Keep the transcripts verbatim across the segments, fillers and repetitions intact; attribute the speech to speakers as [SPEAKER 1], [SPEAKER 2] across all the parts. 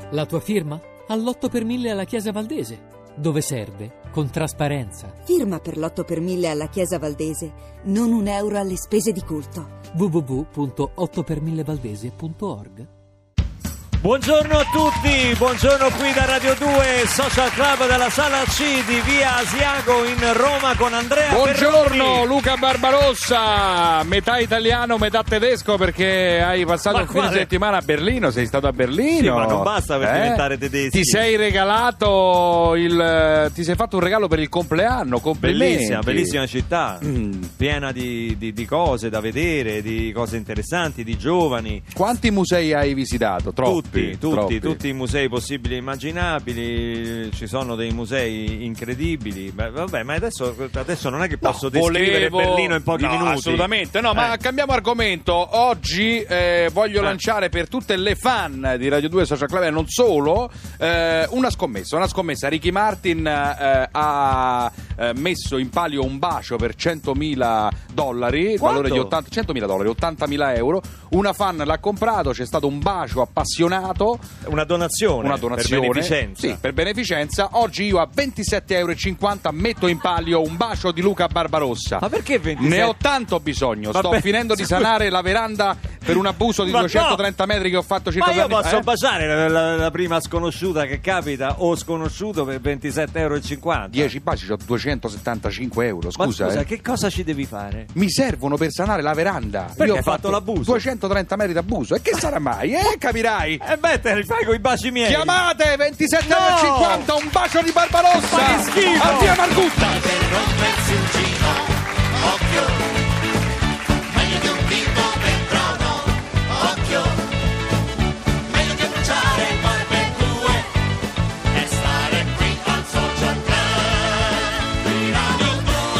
[SPEAKER 1] La tua firma? All'otto per mille alla Chiesa Valdese, dove serve con trasparenza.
[SPEAKER 2] Firma per l'otto per mille alla Chiesa Valdese, non un euro alle spese di culto.
[SPEAKER 1] w w w punto otto per mille valdese punto org.
[SPEAKER 3] Buongiorno a tutti, buongiorno qui da Radio due Social Club dalla Sala C di Via Asiago in Roma con Andrea
[SPEAKER 4] Buongiorno
[SPEAKER 3] Ferroni.
[SPEAKER 4] Luca Barbarossa, metà italiano, metà tedesco perché hai passato
[SPEAKER 3] Ma
[SPEAKER 4] il fine
[SPEAKER 3] quale?
[SPEAKER 4] settimana a Berlino, sei stato a Berlino.
[SPEAKER 3] Sì, ma non basta per diventare tedeschi.
[SPEAKER 4] Ti sei regalato il ti sei fatto un regalo per il compleanno, complimenti.
[SPEAKER 3] Bellissima, bellissima città, mm. piena di, di, di cose da vedere, di cose interessanti, di giovani.
[SPEAKER 4] Quanti musei hai visitato? Troppi.
[SPEAKER 3] Tutti, tutti,
[SPEAKER 4] troppi.
[SPEAKER 3] tutti i musei possibili e immaginabili, ci sono dei musei incredibili. Beh, vabbè, ma adesso, adesso non è che posso
[SPEAKER 4] No,
[SPEAKER 3] descrivere
[SPEAKER 4] volevo...
[SPEAKER 3] Berlino in pochi
[SPEAKER 4] no,
[SPEAKER 3] minuti.
[SPEAKER 4] Assolutamente, no,
[SPEAKER 3] Eh.
[SPEAKER 4] ma cambiamo argomento. Oggi eh, voglio
[SPEAKER 3] Eh.
[SPEAKER 4] lanciare per tutte le fan di Radio due Social Club e non solo eh, una scommessa, una scommessa. Ricky Martin eh, ha eh, messo in palio un bacio per centomila dollari, il
[SPEAKER 3] Quanto?
[SPEAKER 4] valore di ottanta, centomila dollari, ottantamila euro. Una fan l'ha comprato, c'è stato un bacio appassionato.
[SPEAKER 3] Una donazione,
[SPEAKER 4] Una donazione
[SPEAKER 3] per beneficenza.
[SPEAKER 4] Sì, per beneficenza. Oggi io a ventisette euro e cinquanta metto in palio un bacio di Luca Barbarossa.
[SPEAKER 3] Ma perché ventisette?
[SPEAKER 4] Ne ho tanto bisogno. Sto
[SPEAKER 3] Vabbè,
[SPEAKER 4] finendo di sanare la veranda per un abuso di
[SPEAKER 3] Ma
[SPEAKER 4] duecentotrenta metri che ho fatto circa
[SPEAKER 3] Ma io
[SPEAKER 4] due anni
[SPEAKER 3] posso
[SPEAKER 4] fa, eh?
[SPEAKER 3] baciare la, la- la prima sconosciuta che capita o sconosciuto per ventisette euro e cinquanta.
[SPEAKER 4] dieci baci, ho duecentosettantacinque euro.
[SPEAKER 3] Ma
[SPEAKER 4] Scusa,
[SPEAKER 3] scusa,
[SPEAKER 4] eh.
[SPEAKER 3] che cosa ci devi fare?
[SPEAKER 4] Mi servono per sanare la veranda.
[SPEAKER 3] Perché
[SPEAKER 4] Io ho
[SPEAKER 3] hai fatto l'abuso?
[SPEAKER 4] duecentotrenta metri d'abuso. E che sarà mai? Eh, capirai.
[SPEAKER 3] E beh, te li fai con i baci miei.
[SPEAKER 4] Chiamate ventisette
[SPEAKER 3] No!
[SPEAKER 4] euro e cinquanta, un bacio di Barbarossa.
[SPEAKER 3] Ma che schifo!
[SPEAKER 4] Addio Margutta.
[SPEAKER 5] Per rompersi un giro, occhio, meglio di un dito per trono, occhio, meglio che bruciare barbecue e stare qui al Social Club di Radio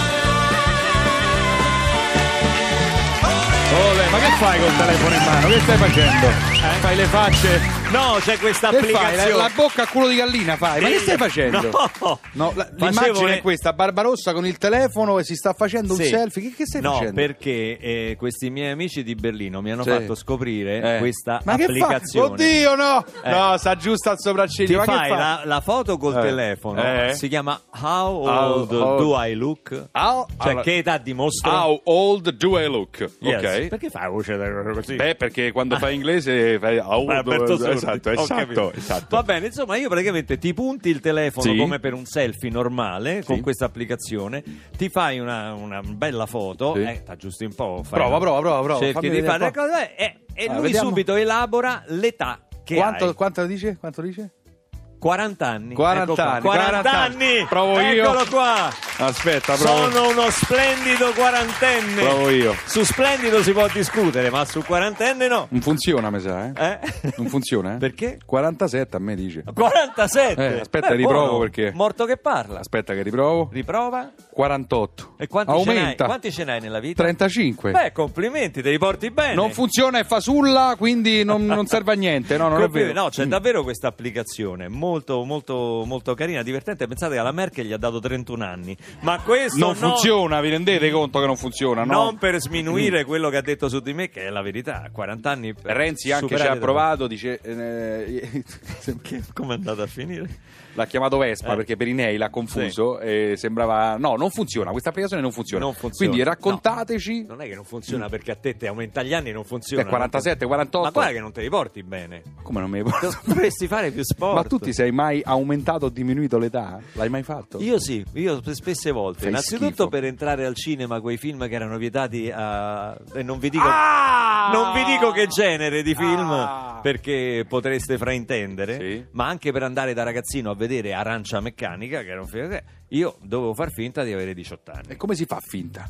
[SPEAKER 5] due.
[SPEAKER 4] Ole, ma che fai col telefono in mano? Che stai facendo? Fai le facce?
[SPEAKER 3] No, c'è questa
[SPEAKER 4] Che fai? La,
[SPEAKER 3] applicazione.
[SPEAKER 4] la bocca a culo di gallina fai? Ma che stai facendo?
[SPEAKER 3] No,
[SPEAKER 4] No, la-
[SPEAKER 3] Facevo
[SPEAKER 4] l'immagine
[SPEAKER 3] le-
[SPEAKER 4] è questa, Barbarossa con il telefono e si sta facendo un
[SPEAKER 3] Sì.
[SPEAKER 4] selfie. Che, che stai
[SPEAKER 3] no,
[SPEAKER 4] facendo?
[SPEAKER 3] perché eh, questi miei amici di Berlino mi hanno
[SPEAKER 4] Sì.
[SPEAKER 3] fatto scoprire
[SPEAKER 4] Eh.
[SPEAKER 3] questa
[SPEAKER 4] Ma che fa?
[SPEAKER 3] applicazione.
[SPEAKER 4] Oddio, no!
[SPEAKER 3] Eh.
[SPEAKER 4] No, sta giusto al sopracciglio.
[SPEAKER 3] Ti
[SPEAKER 4] Ma che
[SPEAKER 3] fai
[SPEAKER 4] fa?
[SPEAKER 3] la, la foto col
[SPEAKER 4] Eh.
[SPEAKER 3] telefono,
[SPEAKER 4] Eh.
[SPEAKER 3] si chiama How
[SPEAKER 4] How
[SPEAKER 3] Old
[SPEAKER 4] old-
[SPEAKER 3] Do I Look?
[SPEAKER 4] How-
[SPEAKER 3] Cioè,
[SPEAKER 4] allora-
[SPEAKER 3] che età dimostro?
[SPEAKER 4] How old do I look?
[SPEAKER 3] Yes.
[SPEAKER 4] Ok.
[SPEAKER 3] Perché fai la voce da- così?
[SPEAKER 4] Beh, perché quando fai inglese fai how
[SPEAKER 3] Vai,
[SPEAKER 4] old
[SPEAKER 3] Alberto Sordi.
[SPEAKER 4] esatto,
[SPEAKER 3] Ho
[SPEAKER 4] esatto,
[SPEAKER 3] capito.
[SPEAKER 4] esatto.
[SPEAKER 3] Va bene, insomma, io praticamente ti punti il telefono
[SPEAKER 4] Sì.
[SPEAKER 3] come per un selfie normale con
[SPEAKER 4] Sì.
[SPEAKER 3] questa applicazione, ti fai una, una bella foto,
[SPEAKER 4] Sì.
[SPEAKER 3] eh, t'aggiusti un po', fai
[SPEAKER 4] Prova,
[SPEAKER 3] una-
[SPEAKER 4] prova, prova, prova.
[SPEAKER 3] cerchi
[SPEAKER 4] Fammi
[SPEAKER 3] di
[SPEAKER 4] vedere
[SPEAKER 3] fare
[SPEAKER 4] un po'.
[SPEAKER 3] le cose e, e
[SPEAKER 4] Ah,
[SPEAKER 3] lui
[SPEAKER 4] vediamo.
[SPEAKER 3] subito elabora l'età che
[SPEAKER 4] Quanto,
[SPEAKER 3] hai.
[SPEAKER 4] quanto dice? Quanto dice?
[SPEAKER 3] quaranta anni.
[SPEAKER 4] quaranta
[SPEAKER 3] Ecco qua.
[SPEAKER 4] anni,
[SPEAKER 3] quaranta
[SPEAKER 4] quaranta
[SPEAKER 3] anni.
[SPEAKER 4] Provo io.
[SPEAKER 3] Eccolo qua.
[SPEAKER 4] Aspetta, provo.
[SPEAKER 3] Sono uno splendido quarantenne.
[SPEAKER 4] Provo io.
[SPEAKER 3] Su splendido si può discutere, ma su quarantenne no.
[SPEAKER 4] Non funziona, mi sa, eh?
[SPEAKER 3] Eh?
[SPEAKER 4] Non funziona, eh?
[SPEAKER 3] Perché?
[SPEAKER 4] quarantasette a me dice.
[SPEAKER 3] quarantasette.
[SPEAKER 4] Eh, aspetta,
[SPEAKER 3] Beh,
[SPEAKER 4] riprovo
[SPEAKER 3] buono.
[SPEAKER 4] perché-
[SPEAKER 3] Morto che parla.
[SPEAKER 4] Aspetta che riprovo.
[SPEAKER 3] Riprova.
[SPEAKER 4] quarantotto.
[SPEAKER 3] E quanti ce n'hai?
[SPEAKER 4] Aumenta.
[SPEAKER 3] Quanti ce n'hai nella vita?
[SPEAKER 4] trentacinque.
[SPEAKER 3] Beh, complimenti, te li porti bene.
[SPEAKER 4] Non funziona e fa sulla, quindi non, non serve a niente, no, non è
[SPEAKER 3] Complimenti.
[SPEAKER 4] vero.
[SPEAKER 3] No, c'è
[SPEAKER 4] Mm.
[SPEAKER 3] davvero questa applicazione molto molto molto carina, divertente. Pensate che alla Merkel gli ha dato trentuno anni. Ma questo
[SPEAKER 4] Non
[SPEAKER 3] no-
[SPEAKER 4] funziona, vi rendete conto che non funziona, no?
[SPEAKER 3] Non per sminuire quello che ha detto su di me, che è la verità. quaranta anni. per
[SPEAKER 4] Renzi anche ci
[SPEAKER 3] superare
[SPEAKER 4] ha
[SPEAKER 3] da-
[SPEAKER 4] provato, dice eh,
[SPEAKER 3] Che- Come è andata a finire?
[SPEAKER 4] l'ha chiamato Vespa
[SPEAKER 3] Eh.
[SPEAKER 4] perché per i nei l'ha confuso e sembrava no, non funziona, questa applicazione non funziona.
[SPEAKER 3] Non funziona.
[SPEAKER 4] Quindi raccontateci.
[SPEAKER 3] Non è che non funziona perché a te ti aumenta gli anni, non funziona.
[SPEAKER 4] Beh, quarantasette, quarantotto.
[SPEAKER 3] Ma guarda che non te li porti bene.
[SPEAKER 4] Come non mi ricordo?
[SPEAKER 3] Dovresti fare più sport.
[SPEAKER 4] Ma tu ti sei mai aumentato o diminuito l'età? L'hai mai fatto?
[SPEAKER 3] Io sì, io spesse volte.
[SPEAKER 4] Fai
[SPEAKER 3] Innanzitutto
[SPEAKER 4] schifo.
[SPEAKER 3] per entrare al cinema quei film che erano vietati a... e non vi dico...
[SPEAKER 4] Ah!
[SPEAKER 3] Non vi dico che genere di film,
[SPEAKER 4] Ah!
[SPEAKER 3] perché potreste fraintendere,
[SPEAKER 4] Sì.
[SPEAKER 3] ma anche per andare da ragazzino a vedere Arancia Meccanica, che era un film che io dovevo far finta di avere diciotto anni.
[SPEAKER 4] E come si fa finta?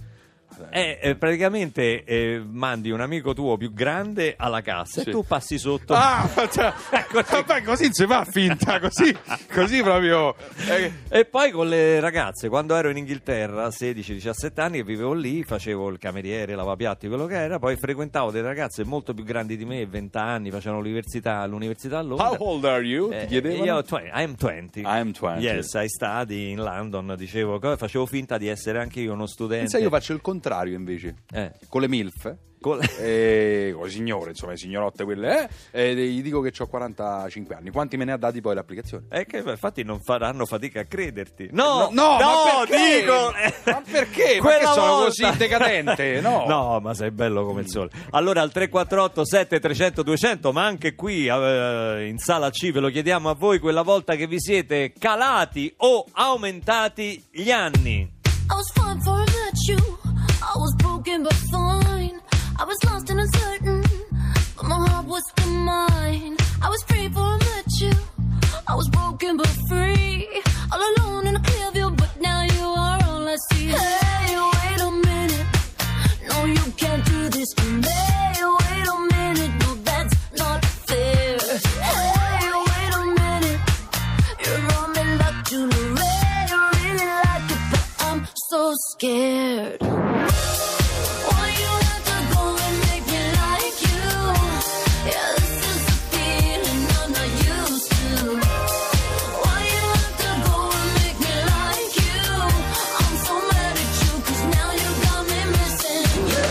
[SPEAKER 3] Eh, eh, praticamente eh, mandi un amico tuo più grande alla cassa
[SPEAKER 4] Sì.
[SPEAKER 3] e tu passi sotto.
[SPEAKER 4] Ah, cioè, vabbè, così non si fa finta, così, così proprio. eh.
[SPEAKER 3] E poi con le ragazze, quando ero in Inghilterra, sedici diciassette anni, che vivevo lì, facevo il cameriere, lavapiatti, quello che era, poi frequentavo delle ragazze molto più grandi di me, venti anni, facevano l'università all'università a Londra.
[SPEAKER 4] How old are you?
[SPEAKER 3] Eh,
[SPEAKER 4] Ti chiedevano?
[SPEAKER 3] io twenty, I'm twenty.
[SPEAKER 4] I'm twenty.
[SPEAKER 3] Yes, I study in London, dicevo, co- facevo finta di essere anche io uno studente.
[SPEAKER 4] Pensa, io faccio il contrario. contrario invece,
[SPEAKER 3] Eh.
[SPEAKER 4] con le MILF.
[SPEAKER 3] Col-
[SPEAKER 4] Eh, con le signore, insomma, le signorotte quelle, eh, e gli dico che ho quarantacinque anni. Quanti me ne ha dati poi l'applicazione?
[SPEAKER 3] È che infatti non faranno fatica a crederti. No,
[SPEAKER 4] no,
[SPEAKER 3] no,
[SPEAKER 4] ma perché?
[SPEAKER 3] dico.
[SPEAKER 4] Ma perché? Ma
[SPEAKER 3] Quella
[SPEAKER 4] che sono
[SPEAKER 3] volta-
[SPEAKER 4] così decadente? No.
[SPEAKER 3] No, ma sei bello come il sole. Allora al tre quattro otto sette trecento duecento, ma anche qui eh, in sala C ve lo chiediamo a voi quella volta che vi siete calati o aumentati gli anni.
[SPEAKER 6] I was fine for I met you. I was broken but fine. I was lost and uncertain, but my heart was still mine. I was free before I met you. I was broken but free. All alone in a clear view, but now you are all I see. Hey, wait a minute. No, you can't do this to me. Wait a minute. No, that's not fair. Hey, wait a minute. You're on me like jewelry. You really like it, but I'm so scared. Why you have to go and make me like you? Yeah, this is a feeling I'm not used to. Why you have to go and make me like you? I'm so mad at you, 'cause now you got me missing you.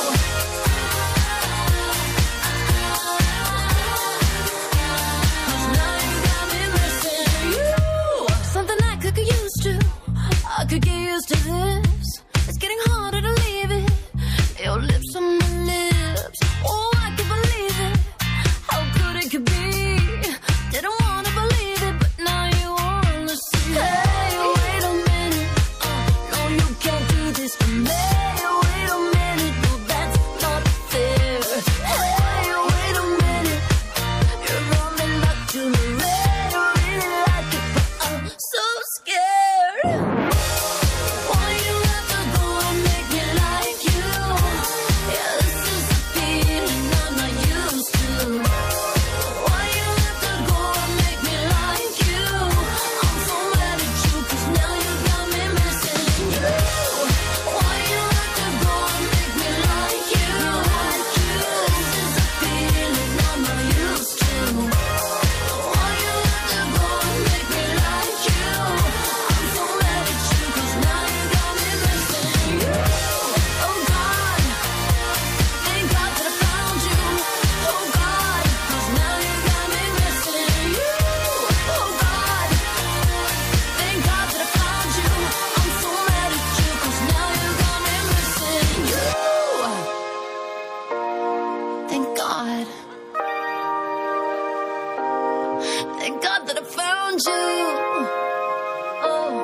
[SPEAKER 6] 'Cause now you got me missing you. Something I could get used to. I could get used to this. It's getting harder to leave it. Your lips on my lips. Oh, I can't believe it. How good it could be. Didn't wanna believe it, but now you wanna see. Hey, wait a minute. Uh, no, you can't do this to me. Wait a minute. No, that's not fair. Hey, wait a minute. You're on me like jewelry. You really like it, but I'm so scared. Why you have to go and make me like you? Yeah, this is a feeling I'm not used to. Why you have to go and make me like you? I'm so mad at you, 'cause now you got me missing you. Why you have to go and make me like you? This is a feeling I'm not used to. Why you have to go and make me like you? I'm so mad at you, 'cause now you got me missing you. Oh God, thank God that I found you. Oh God, 'cause now you got me missing you. Oh God, thank God that I found you. I'm so mad at you, 'cause now you got me missing you. Thank God. Thank God that I found you. Oh.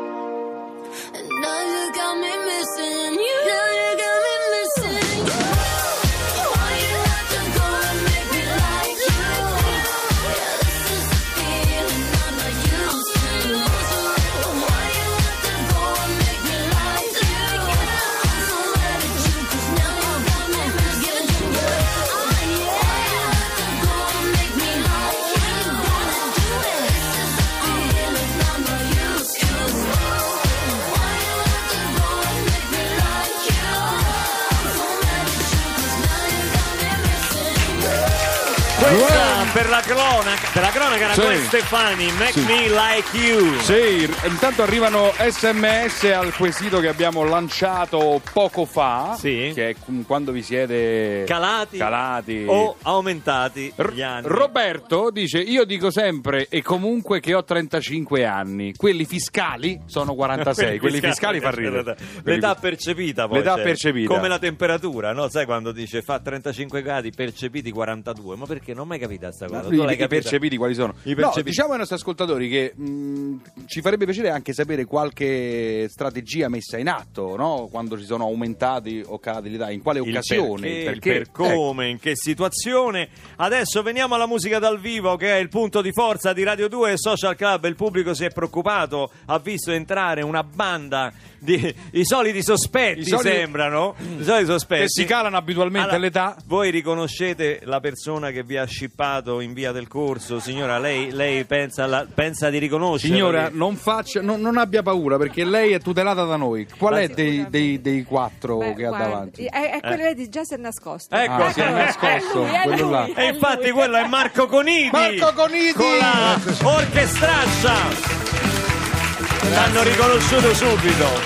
[SPEAKER 6] And now you got me missing you. Now you got me missing you. Why you have to go and make me like you? Yeah, this is a feeling I'm not used to. Why you have to go and make me like you? I'm so mad at you, 'cause now you got me missing you. Oh yeah. Why you have to go and make me like you? Wanna do it? This is a feeling I'm not used to. Why you have to go and make me like you? I'm so mad at you, 'cause now you got me missing you.
[SPEAKER 3] Questa per la cronaca, per la cronaca era
[SPEAKER 4] Sì.
[SPEAKER 3] Gwen Stefani, Make
[SPEAKER 4] Sì.
[SPEAKER 3] Me Like You.
[SPEAKER 4] Sì, intanto arrivano sms al quesito che abbiamo lanciato poco fa,
[SPEAKER 3] Sì.
[SPEAKER 4] che è com- quando vi siete
[SPEAKER 3] Calati,
[SPEAKER 4] calati.
[SPEAKER 3] o aumentati
[SPEAKER 4] R-
[SPEAKER 3] gli anni.
[SPEAKER 4] Roberto dice: io dico sempre e comunque che ho trentacinque anni, quelli fiscali sono quarantasei, quelli fiscali fa ridere.
[SPEAKER 3] L'età percepita poi
[SPEAKER 4] L'età
[SPEAKER 3] c'è.
[SPEAKER 4] percepita.
[SPEAKER 3] Come la temperatura, no? Sai quando dice fa trentacinque gradi percepiti quarantadue, ma perché non ho mai capita sta cosa?
[SPEAKER 4] Ma
[SPEAKER 3] Tu l'hai
[SPEAKER 4] i
[SPEAKER 3] capita?
[SPEAKER 4] percepiti quali sono?
[SPEAKER 3] I
[SPEAKER 4] No,
[SPEAKER 3] percepiti.
[SPEAKER 4] diciamo ai nostri ascoltatori che mh, ci farebbe piacere anche sapere qualche strategia messa in atto, no? Quando ci sono aumentati o calati l'età, in quale
[SPEAKER 3] Il
[SPEAKER 4] occasione,
[SPEAKER 3] perché, il
[SPEAKER 4] perché,
[SPEAKER 3] per come, in che situazione. Adesso veniamo alla musica dal vivo, che è il punto di forza di Radio due e Social Club. Il pubblico si è preoccupato, ha visto entrare una banda di i soliti sospetti,
[SPEAKER 4] I soliti-
[SPEAKER 3] sembrano i soliti sospetti
[SPEAKER 4] che si calano abitualmente
[SPEAKER 3] Allora,
[SPEAKER 4] all'età.
[SPEAKER 3] voi riconoscete la persona che vi ha scippato in via del Corso? Signora, lei, lei pensa, alla- pensa di riconoscerla?
[SPEAKER 4] Signora,
[SPEAKER 3] Perché-
[SPEAKER 4] non, faccia, non, non abbia paura perché lei è tutelata da noi. Qual
[SPEAKER 3] Ma
[SPEAKER 4] è dei, dei, dei quattro
[SPEAKER 7] Beh,
[SPEAKER 4] che ha
[SPEAKER 7] guardi,
[SPEAKER 4] davanti?
[SPEAKER 7] È, è quello di già si è nascosto.
[SPEAKER 3] Ecco,
[SPEAKER 4] Ah, si è
[SPEAKER 7] Eccolo,
[SPEAKER 4] nascosto,
[SPEAKER 7] è lui, è
[SPEAKER 4] quello
[SPEAKER 7] lui,
[SPEAKER 4] là.
[SPEAKER 7] è
[SPEAKER 3] E infatti
[SPEAKER 7] lui.
[SPEAKER 3] quello è Marco Conidi.
[SPEAKER 4] Marco Conidi!
[SPEAKER 3] Con la orchestraccia. L'hanno riconosciuto subito.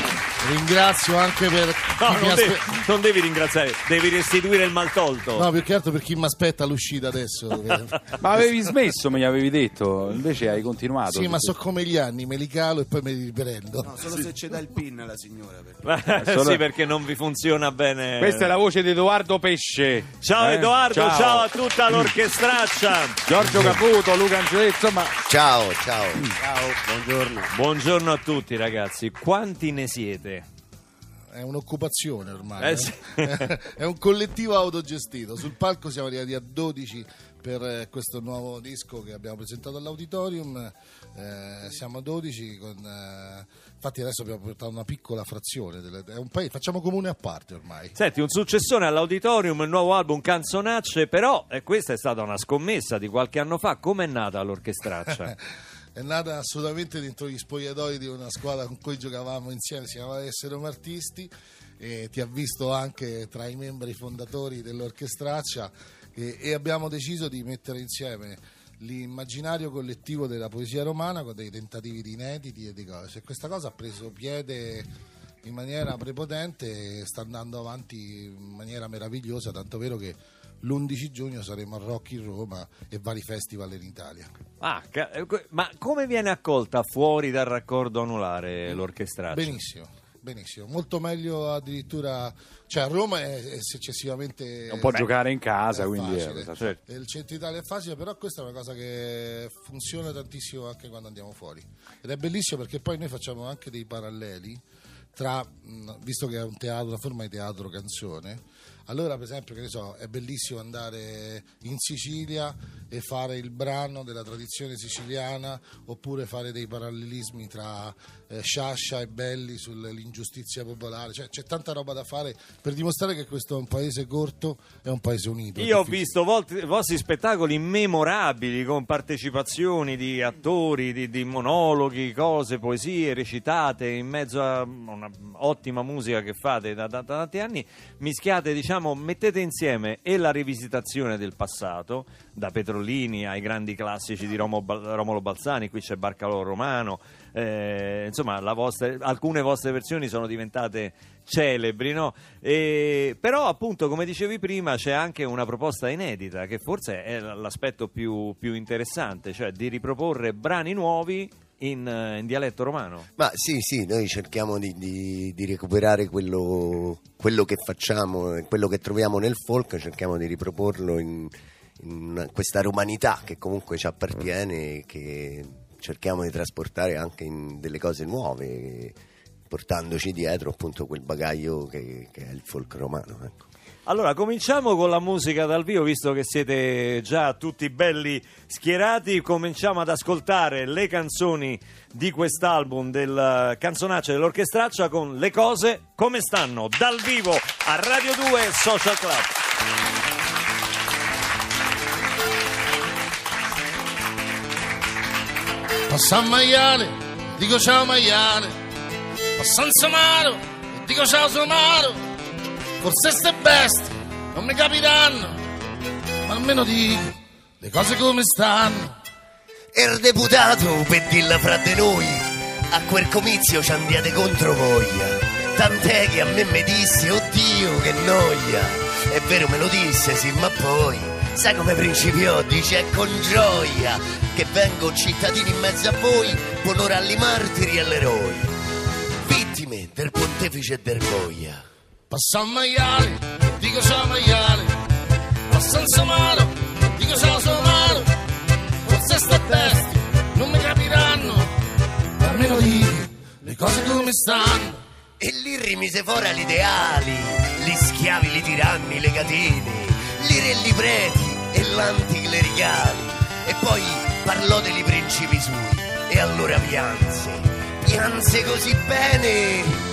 [SPEAKER 8] Ringrazio anche per
[SPEAKER 3] No,
[SPEAKER 8] chi mi
[SPEAKER 3] non, devi,
[SPEAKER 8] aspe-
[SPEAKER 3] non devi ringraziare, devi restituire il maltolto.
[SPEAKER 8] No, più che altro per chi mi aspetta all'uscita adesso.
[SPEAKER 4] Ma avevi smesso, me avevi detto, invece hai continuato.
[SPEAKER 8] Sì, ma so come gli anni, me li calo e poi me li riprendo.
[SPEAKER 9] No, solo se ci dà il pin la signora. Perché...
[SPEAKER 3] Eh, sì, perché non vi funziona bene.
[SPEAKER 4] Questa è la voce di Edoardo Pesce.
[SPEAKER 3] Ciao
[SPEAKER 4] Eh?
[SPEAKER 3] Edoardo, ciao.
[SPEAKER 4] ciao
[SPEAKER 3] a tutta l'orchestraccia.
[SPEAKER 4] Giorgio Caputo, Luca Angeletti, insomma.
[SPEAKER 10] Ciao, ciao. Ciao, buongiorno.
[SPEAKER 3] Buongiorno a tutti ragazzi, quanti ne siete?
[SPEAKER 8] È un'occupazione ormai.
[SPEAKER 3] Eh,
[SPEAKER 8] eh.
[SPEAKER 3] sì.
[SPEAKER 8] È un collettivo autogestito. Sul palco siamo arrivati a dodici per eh, questo nuovo disco che abbiamo presentato all'Auditorium. Eh, siamo a dodici con, eh, infatti adesso abbiamo portato una piccola frazione delle, è un paese, facciamo comune a parte ormai.
[SPEAKER 3] Senti, un successone all'Auditorium, il nuovo album Canzonacce, però eh, questa è stata una scommessa di qualche anno fa. Com'è nata l'orchestraccia?
[SPEAKER 8] È nata assolutamente dentro gli spogliatoi di una squadra con cui giocavamo insieme, si chiamava Essere Martisti, e ti ha visto anche tra i membri fondatori dell'orchestraccia, e, e abbiamo deciso di mettere insieme l'immaginario collettivo della poesia romana con dei tentativi di inediti e di cose. Questa cosa ha preso piede in maniera prepotente e sta andando avanti in maniera meravigliosa, tanto vero che l'undici giugno saremo a Rock in Roma e vari festival in Italia.
[SPEAKER 3] Ah, ca- ma come viene accolta fuori dal raccordo anulare l'orchestraccia?
[SPEAKER 8] Benissimo, benissimo, molto meglio addirittura, cioè a Roma è, è eccessivamente...
[SPEAKER 4] Non può
[SPEAKER 8] Beh,
[SPEAKER 4] giocare in casa,
[SPEAKER 8] è
[SPEAKER 4] quindi
[SPEAKER 8] facile.
[SPEAKER 4] è,
[SPEAKER 3] certo.
[SPEAKER 8] Il centro Italia è facile, però questa è una cosa che funziona tantissimo anche quando andiamo fuori. Ed è bellissimo perché poi noi facciamo anche dei paralleli tra, visto che è un teatro, una forma di teatro canzone, allora per esempio, che ne so, è bellissimo andare in Sicilia e fare il brano della tradizione siciliana, oppure fare dei parallelismi tra eh, Sciascia e Belli sull'ingiustizia popolare, cioè c'è tanta roba da fare per dimostrare che questo è un paese corto e un paese unito.
[SPEAKER 3] Io ho visto volti, vostri spettacoli memorabili con partecipazioni di attori, di, di monologhi, cose, poesie recitate in mezzo a una ottima musica che fate da, da, da tanti anni, mischiate, diciamo, mettete insieme e la rivisitazione del passato, da Petrolini ai grandi classici di Romo, Romolo Balzani, qui c'è Barcalò Romano, eh, insomma la vostra, alcune vostre versioni sono diventate celebri, no? E, però appunto, come dicevi prima, c'è anche una proposta inedita che forse è l'aspetto più, più interessante, cioè di riproporre brani nuovi in, in dialetto romano.
[SPEAKER 10] Ma sì, sì, noi cerchiamo di, di, di recuperare quello, quello che facciamo, quello che troviamo nel folk, cerchiamo di riproporlo in, in questa romanità che comunque ci appartiene e che cerchiamo di trasportare anche in delle cose nuove, portandoci dietro appunto quel bagaglio che, che è il folk romano, ecco.
[SPEAKER 3] Allora, cominciamo con la musica dal vivo, visto che siete già tutti belli schierati. Cominciamo ad ascoltare le canzoni di quest'album del Canzonaccia dell'Orchestraccia con Le cose come stanno, dal vivo a Radio due Social Club.
[SPEAKER 8] Passa a maiale, dico ciao maiale, passa in Samaro, e dico ciao Samaro. Forse ste bestie non mi capiranno, ma almeno dico le cose come stanno.
[SPEAKER 10] Er deputato, per dirla fra di noi, a quel comizio ci andiate contro voglia. Tant'è che a me mi disse, oddio che noia. È vero, me lo disse, sì, ma poi sai come principiò? Dice, è con gioia che vengo cittadini in mezzo a voi, onore agli martiri e agli eroi, vittime del pontefice e del boia.
[SPEAKER 8] Passa a maiale, dico ciao maiale, passa in Samaro, dico ciao Samaro. Forse ste bestie non mi capiranno, ma almeno dico le cose come stanno.
[SPEAKER 10] E lì rimise fuori gli ideali, gli schiavi, li tiranni, le catene, li re, li preti e l'anticlericali. E poi parlò dei principi suoi, e allora pianse, pianse così bene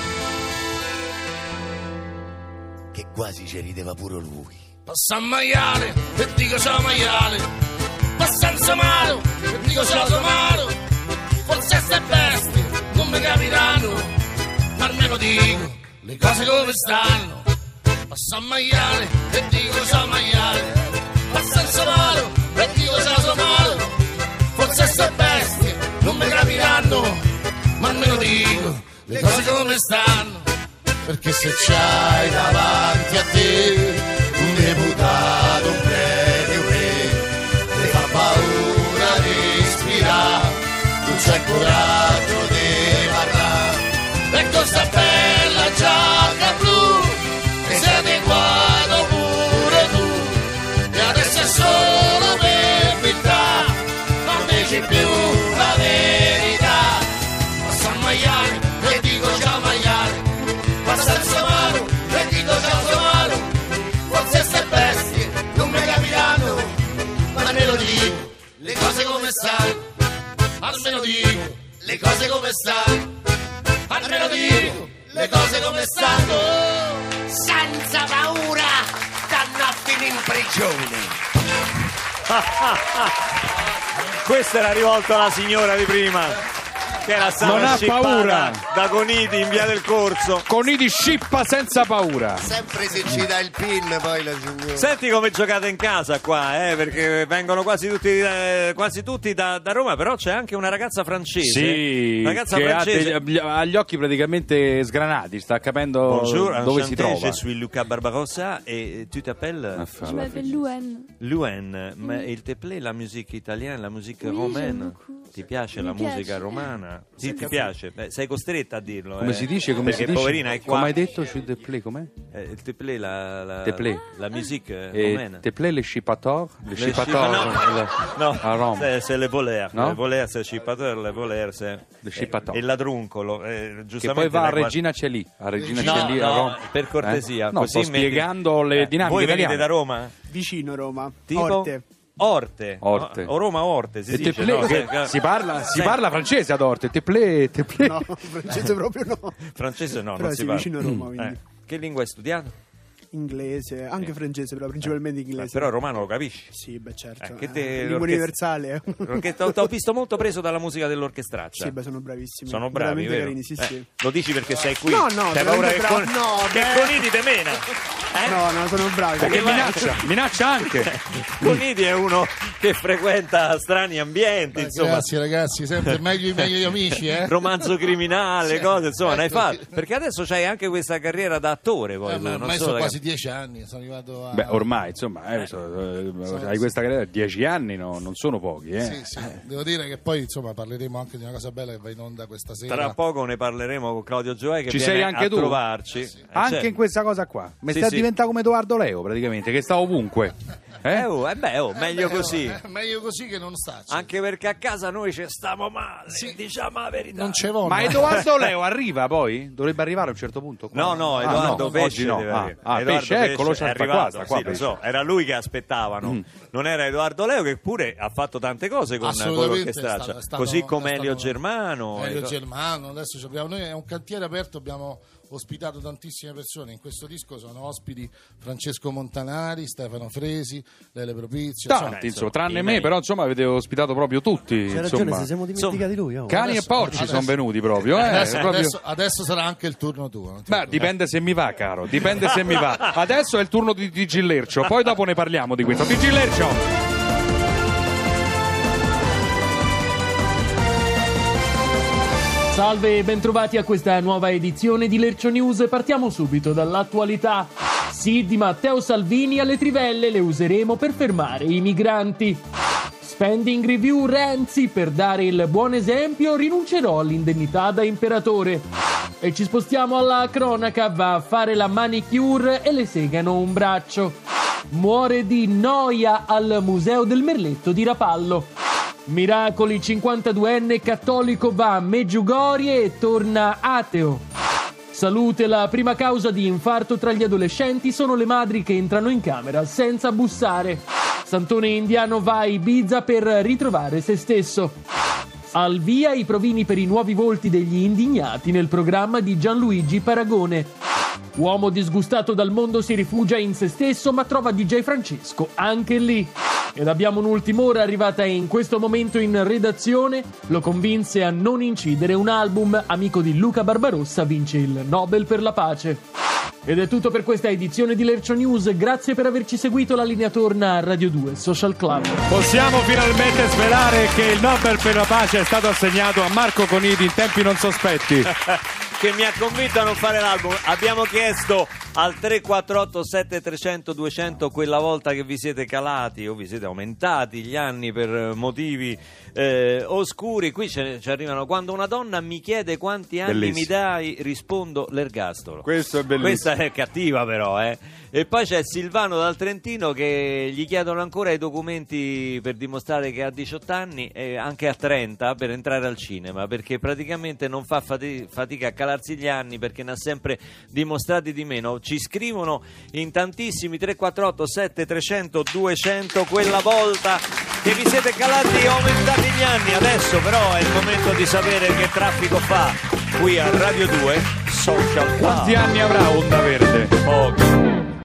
[SPEAKER 10] che quasi ci rideva pure lui.
[SPEAKER 8] Passa a maiale, e dico ciao maiale, passa in Samaro, e dico ciao Samaro. Forse ste bestie non mi capiranno, ma almeno dico le cose come stanno. Passa a maiale, e dico ciao maiale, passa in Samaro, e dico ciao Samaro. Forse ste bestie non mi capiranno, ma almeno dico le le cose come stanno, perché se c'hai davanti a te un deputato, un premio re, ti fa paura di respirare, non c'è coraggio di parlare, e questa bella giacca blu, ti sei adeguato pure tu, e adesso è solo per viltà, non dici più la verità, passa a maiale, e dico già maiale, passa il somaro, e dico già somaro, forse ste bestie non mi capiranno, ma almeno dico le cose come stanno, almeno dico le cose come stanno, almeno dico le cose come stanno,
[SPEAKER 10] Senza paura, stanno a finire in prigione.
[SPEAKER 3] Questo era rivolto alla signora di prima, che era stata
[SPEAKER 4] Non ha
[SPEAKER 3] scippata
[SPEAKER 4] paura.
[SPEAKER 3] da Coniti in via del Corso.
[SPEAKER 4] Coniti scippa senza paura.
[SPEAKER 10] Sempre se ci dà il pin poi la signora.
[SPEAKER 3] Senti come giocate in casa qua, eh, perché vengono quasi tutti, eh, quasi tutti da, da Roma, però c'è anche una ragazza francese.
[SPEAKER 4] Sì,
[SPEAKER 3] Una ragazza
[SPEAKER 4] che
[SPEAKER 3] francese.
[SPEAKER 4] ha, degli- ha gli occhi praticamente sgranati, sta capendo
[SPEAKER 3] Bonjour,
[SPEAKER 4] dove si
[SPEAKER 3] enchanté,
[SPEAKER 4] trova.
[SPEAKER 3] je suis Luca Barbarossa et tu t'appelles
[SPEAKER 4] Ah, fa
[SPEAKER 6] Je
[SPEAKER 4] la
[SPEAKER 6] m'appelle
[SPEAKER 4] figlia.
[SPEAKER 6] Louane.
[SPEAKER 3] Louen, ma il te plaît la musique italienne, la musique
[SPEAKER 6] Oui, j'aime
[SPEAKER 3] romaine?
[SPEAKER 6] beaucoup.
[SPEAKER 3] Ti piace
[SPEAKER 6] Mi
[SPEAKER 3] la
[SPEAKER 6] piace.
[SPEAKER 3] musica romana? Sì, ti piace? Beh, sei costretta a dirlo.
[SPEAKER 4] Come
[SPEAKER 3] eh.
[SPEAKER 4] si dice? Come
[SPEAKER 3] Perché
[SPEAKER 4] si dice?
[SPEAKER 3] poverina è qua.
[SPEAKER 4] Come hai detto? Je te plais, com'è?
[SPEAKER 3] Eh, il te plaît la, la,
[SPEAKER 4] Te plaît.
[SPEAKER 3] la musique
[SPEAKER 4] E
[SPEAKER 3] romaine?
[SPEAKER 4] te plaît le chipators? Le
[SPEAKER 3] Le
[SPEAKER 4] chipators
[SPEAKER 3] chip- no,
[SPEAKER 4] le-
[SPEAKER 3] no,
[SPEAKER 4] a Roma.
[SPEAKER 3] c'est, c'est le voler,
[SPEAKER 4] No?
[SPEAKER 3] le voler, c'est chippateur, le voler, c'est
[SPEAKER 4] Le chippator.
[SPEAKER 3] e il ladruncolo, eh,
[SPEAKER 4] Che
[SPEAKER 3] giustamente
[SPEAKER 4] poi va a
[SPEAKER 3] da qua-
[SPEAKER 4] Regina Celì, a Regina
[SPEAKER 3] No,
[SPEAKER 4] Celì a
[SPEAKER 3] no,
[SPEAKER 4] Roma.
[SPEAKER 3] per cortesia,
[SPEAKER 4] Eh? No,
[SPEAKER 3] così
[SPEAKER 4] sto
[SPEAKER 3] metti-
[SPEAKER 4] spiegando le
[SPEAKER 3] Eh,
[SPEAKER 4] dinamiche
[SPEAKER 3] Voi venite
[SPEAKER 4] italiane.
[SPEAKER 3] da Roma?
[SPEAKER 7] Vicino Roma.
[SPEAKER 3] Tipo?
[SPEAKER 7] Orte.
[SPEAKER 3] Orte.
[SPEAKER 4] Orte.
[SPEAKER 3] O Roma Orte, si
[SPEAKER 4] E te
[SPEAKER 3] dice,
[SPEAKER 4] plaît,
[SPEAKER 3] no?
[SPEAKER 4] che-
[SPEAKER 3] Che-
[SPEAKER 4] si parla, si
[SPEAKER 3] Senti,
[SPEAKER 4] parla francese ad Orte, te plaît, te plaît.
[SPEAKER 7] No, francese proprio no.
[SPEAKER 3] francese no,
[SPEAKER 7] Però
[SPEAKER 3] non
[SPEAKER 7] sì,
[SPEAKER 3] si parla.
[SPEAKER 7] vicino Roma, quindi.
[SPEAKER 3] Eh, Che lingua hai studiato?
[SPEAKER 7] Inglese, anche francese, però principalmente
[SPEAKER 3] Eh,
[SPEAKER 7] inglese.
[SPEAKER 3] però romano lo capisci?
[SPEAKER 7] Sì, beh certo.
[SPEAKER 3] Eh, che
[SPEAKER 7] Eh,
[SPEAKER 3] te-
[SPEAKER 7] lingua
[SPEAKER 3] l'orchestra-
[SPEAKER 7] universale.
[SPEAKER 3] Perché ti ho visto molto preso dalla musica dell'orchestraccia.
[SPEAKER 7] Sì, beh, sono bravissimi.
[SPEAKER 3] Sono bravi,
[SPEAKER 7] Veramente
[SPEAKER 3] vero?
[SPEAKER 7] carini, sì,
[SPEAKER 3] Eh,
[SPEAKER 7] sì.
[SPEAKER 3] Lo dici perché sei qui?
[SPEAKER 7] No, no,
[SPEAKER 3] C'hai paura
[SPEAKER 7] veramente
[SPEAKER 3] che,
[SPEAKER 7] bravo.
[SPEAKER 3] con...
[SPEAKER 7] No,
[SPEAKER 3] che
[SPEAKER 7] beh.
[SPEAKER 3] Coniti te mena? Eh?
[SPEAKER 7] No, no, sono bravi.
[SPEAKER 4] Perché
[SPEAKER 3] vai-
[SPEAKER 4] minaccia, minaccia anche.
[SPEAKER 3] Coniti è uno che frequenta strani ambienti,
[SPEAKER 8] Eh,
[SPEAKER 3] insomma.
[SPEAKER 8] Grazie ragazzi, sempre meglio, meglio gli amici, eh?
[SPEAKER 3] Romanzo criminale,
[SPEAKER 8] Sì,
[SPEAKER 3] cose, insomma, ne hai
[SPEAKER 8] ecco,
[SPEAKER 3] fatto.
[SPEAKER 8] sì.
[SPEAKER 3] Perché adesso c'hai anche questa carriera da attore, poi.
[SPEAKER 8] Eh, ma
[SPEAKER 3] non
[SPEAKER 8] ormai
[SPEAKER 3] so
[SPEAKER 8] sono
[SPEAKER 3] da-
[SPEAKER 8] quasi dieci anni, sono arrivato a...
[SPEAKER 4] Beh, ormai, insomma, eh, so- eh, hai questa carriera, dieci anni no, non sono pochi, eh.
[SPEAKER 8] Sì, sì. Devo dire che poi insomma parleremo anche di una cosa bella che va in onda questa sera.
[SPEAKER 3] Tra poco ne parleremo con Claudio Gioè che
[SPEAKER 4] Ci
[SPEAKER 3] viene
[SPEAKER 4] sei anche
[SPEAKER 3] a
[SPEAKER 4] tu?
[SPEAKER 3] trovarci. Eh,
[SPEAKER 4] Anche
[SPEAKER 3] certo.
[SPEAKER 4] in questa cosa qua. Mi
[SPEAKER 3] Sì,
[SPEAKER 4] sta
[SPEAKER 3] sì.
[SPEAKER 4] diventando come Edoardo Leo, praticamente, che sta ovunque.
[SPEAKER 3] Eh,
[SPEAKER 4] Eh?
[SPEAKER 3] oh, eh beh, oh, meglio
[SPEAKER 8] Beh,
[SPEAKER 3] così.
[SPEAKER 8] eh, meglio così che non starci.
[SPEAKER 3] Anche perché a casa noi ci stiamo male, diciamo la verità.
[SPEAKER 8] Non c'è voglia.
[SPEAKER 4] Ma Edoardo Leo arriva poi? Dovrebbe arrivare a un certo punto? qua?
[SPEAKER 3] No, no,
[SPEAKER 4] Ah,
[SPEAKER 3] Edoardo
[SPEAKER 4] no,
[SPEAKER 3] Pesce
[SPEAKER 4] oggi no.
[SPEAKER 3] deve
[SPEAKER 4] Ah,
[SPEAKER 3] arrivare.
[SPEAKER 4] ah,
[SPEAKER 3] Edoardo
[SPEAKER 4] Pesce, eccolo,
[SPEAKER 3] Pesce
[SPEAKER 4] sta
[SPEAKER 3] è
[SPEAKER 4] qua,
[SPEAKER 3] arrivato,
[SPEAKER 4] sta qua,
[SPEAKER 3] sì, lo
[SPEAKER 4] Pesce.
[SPEAKER 3] so, era lui che aspettavano.
[SPEAKER 4] Mm.
[SPEAKER 3] Non era Edoardo Leo che pure ha fatto tante cose con, con
[SPEAKER 8] Assolutamente,
[SPEAKER 3] l'orchestraccia,
[SPEAKER 8] è stato- è stato-
[SPEAKER 3] così come
[SPEAKER 8] è
[SPEAKER 3] Elio
[SPEAKER 8] stato-
[SPEAKER 3] Germano.
[SPEAKER 8] Elio
[SPEAKER 3] ecco.
[SPEAKER 8] Germano, adesso ci abbiamo, noi è un cantiere aperto, abbiamo ospitato tantissime persone. In questo disco sono ospiti Francesco Montanari, Stefano Fresi, Lele Propizio.
[SPEAKER 4] Tanti,
[SPEAKER 8] insomma,
[SPEAKER 4] insomma, tranne
[SPEAKER 3] i
[SPEAKER 4] me,
[SPEAKER 3] miei.
[SPEAKER 4] però insomma avete ospitato proprio tutti.
[SPEAKER 11] C'è ragione,
[SPEAKER 4] Insomma.
[SPEAKER 11] se siamo dimenticati lui. Oh.
[SPEAKER 4] Cani
[SPEAKER 8] Adesso-
[SPEAKER 4] e porci
[SPEAKER 8] adesso-
[SPEAKER 4] sono venuti proprio, eh.
[SPEAKER 8] adesso,
[SPEAKER 4] proprio-
[SPEAKER 8] adesso- adesso sarà anche il turno tuo. non ti
[SPEAKER 4] Beh,
[SPEAKER 8] preoccupare.
[SPEAKER 4] dipende se mi va, caro. Dipende se mi va. Adesso è il turno di T G Lercio, poi dopo ne parliamo di questo. T G Lercio!
[SPEAKER 12] Salve e bentrovati a questa nuova edizione di Lercio News. Partiamo subito dall'attualità. Sì, di Matteo Salvini alle trivelle le useremo per fermare i migranti. Spending review Renzi, per dare il buon esempio rinuncerò all'indennità da imperatore. E ci spostiamo alla cronaca, va a fare la manicure e le segano un braccio. Muore di noia al Museo del Merletto di Rapallo. Miracoli, cinquantaduenne cattolico va a Meggiugorie e torna ateo. Salute, la prima causa di infarto tra gli adolescenti sono le madri che entrano in camera senza bussare. Santone indiano va a Ibiza per ritrovare se stesso. Al via i provini per i nuovi volti degli indignati nel programma di Gianluigi Paragone. Uomo disgustato dal mondo si rifugia in se stesso ma trova D J Francesco anche lì. Ed abbiamo un'ultima ora arrivata in questo momento in redazione. Lo convinse a non incidere un album. Amico di Luca Barbarossa vince il Nobel per la pace. Ed è tutto per questa edizione di Lercio News. Grazie per averci seguito. La linea torna a Radio due Social Club.
[SPEAKER 4] Possiamo finalmente svelare che il Nobel per la pace è stato assegnato a Marco Coniti in tempi non sospetti.
[SPEAKER 3] che mi ha convinto a non fare l'album. Abbiamo chiesto al tre quattro otto sette tre zero zero due zero zero quella volta che vi siete calati o vi siete aumentati gli anni per motivi eh, oscuri. Qui ci arrivano: quando una donna mi chiede quanti anni
[SPEAKER 4] Bellissimo.
[SPEAKER 3] mi dai, rispondo l'ergastolo.
[SPEAKER 4] Questo è bellissimo.
[SPEAKER 3] Questa è cattiva però, eh. E poi c'è Silvano dal Trentino che gli chiedono ancora i documenti per dimostrare che ha diciotto anni e anche a trenta per entrare al cinema, perché praticamente non fa fati- fatica a calarsi gli anni perché ne ha sempre dimostrati di meno. Ci scrivono in tantissimi: tre quattro otto sette tre zero zero due zero zero quella volta che vi siete calati e aumentati gli anni. Adesso però è il momento di sapere che traffico fa qui a Radio due Social Club.
[SPEAKER 4] Quanti anni avrà Onda Verde?
[SPEAKER 3] Pochi.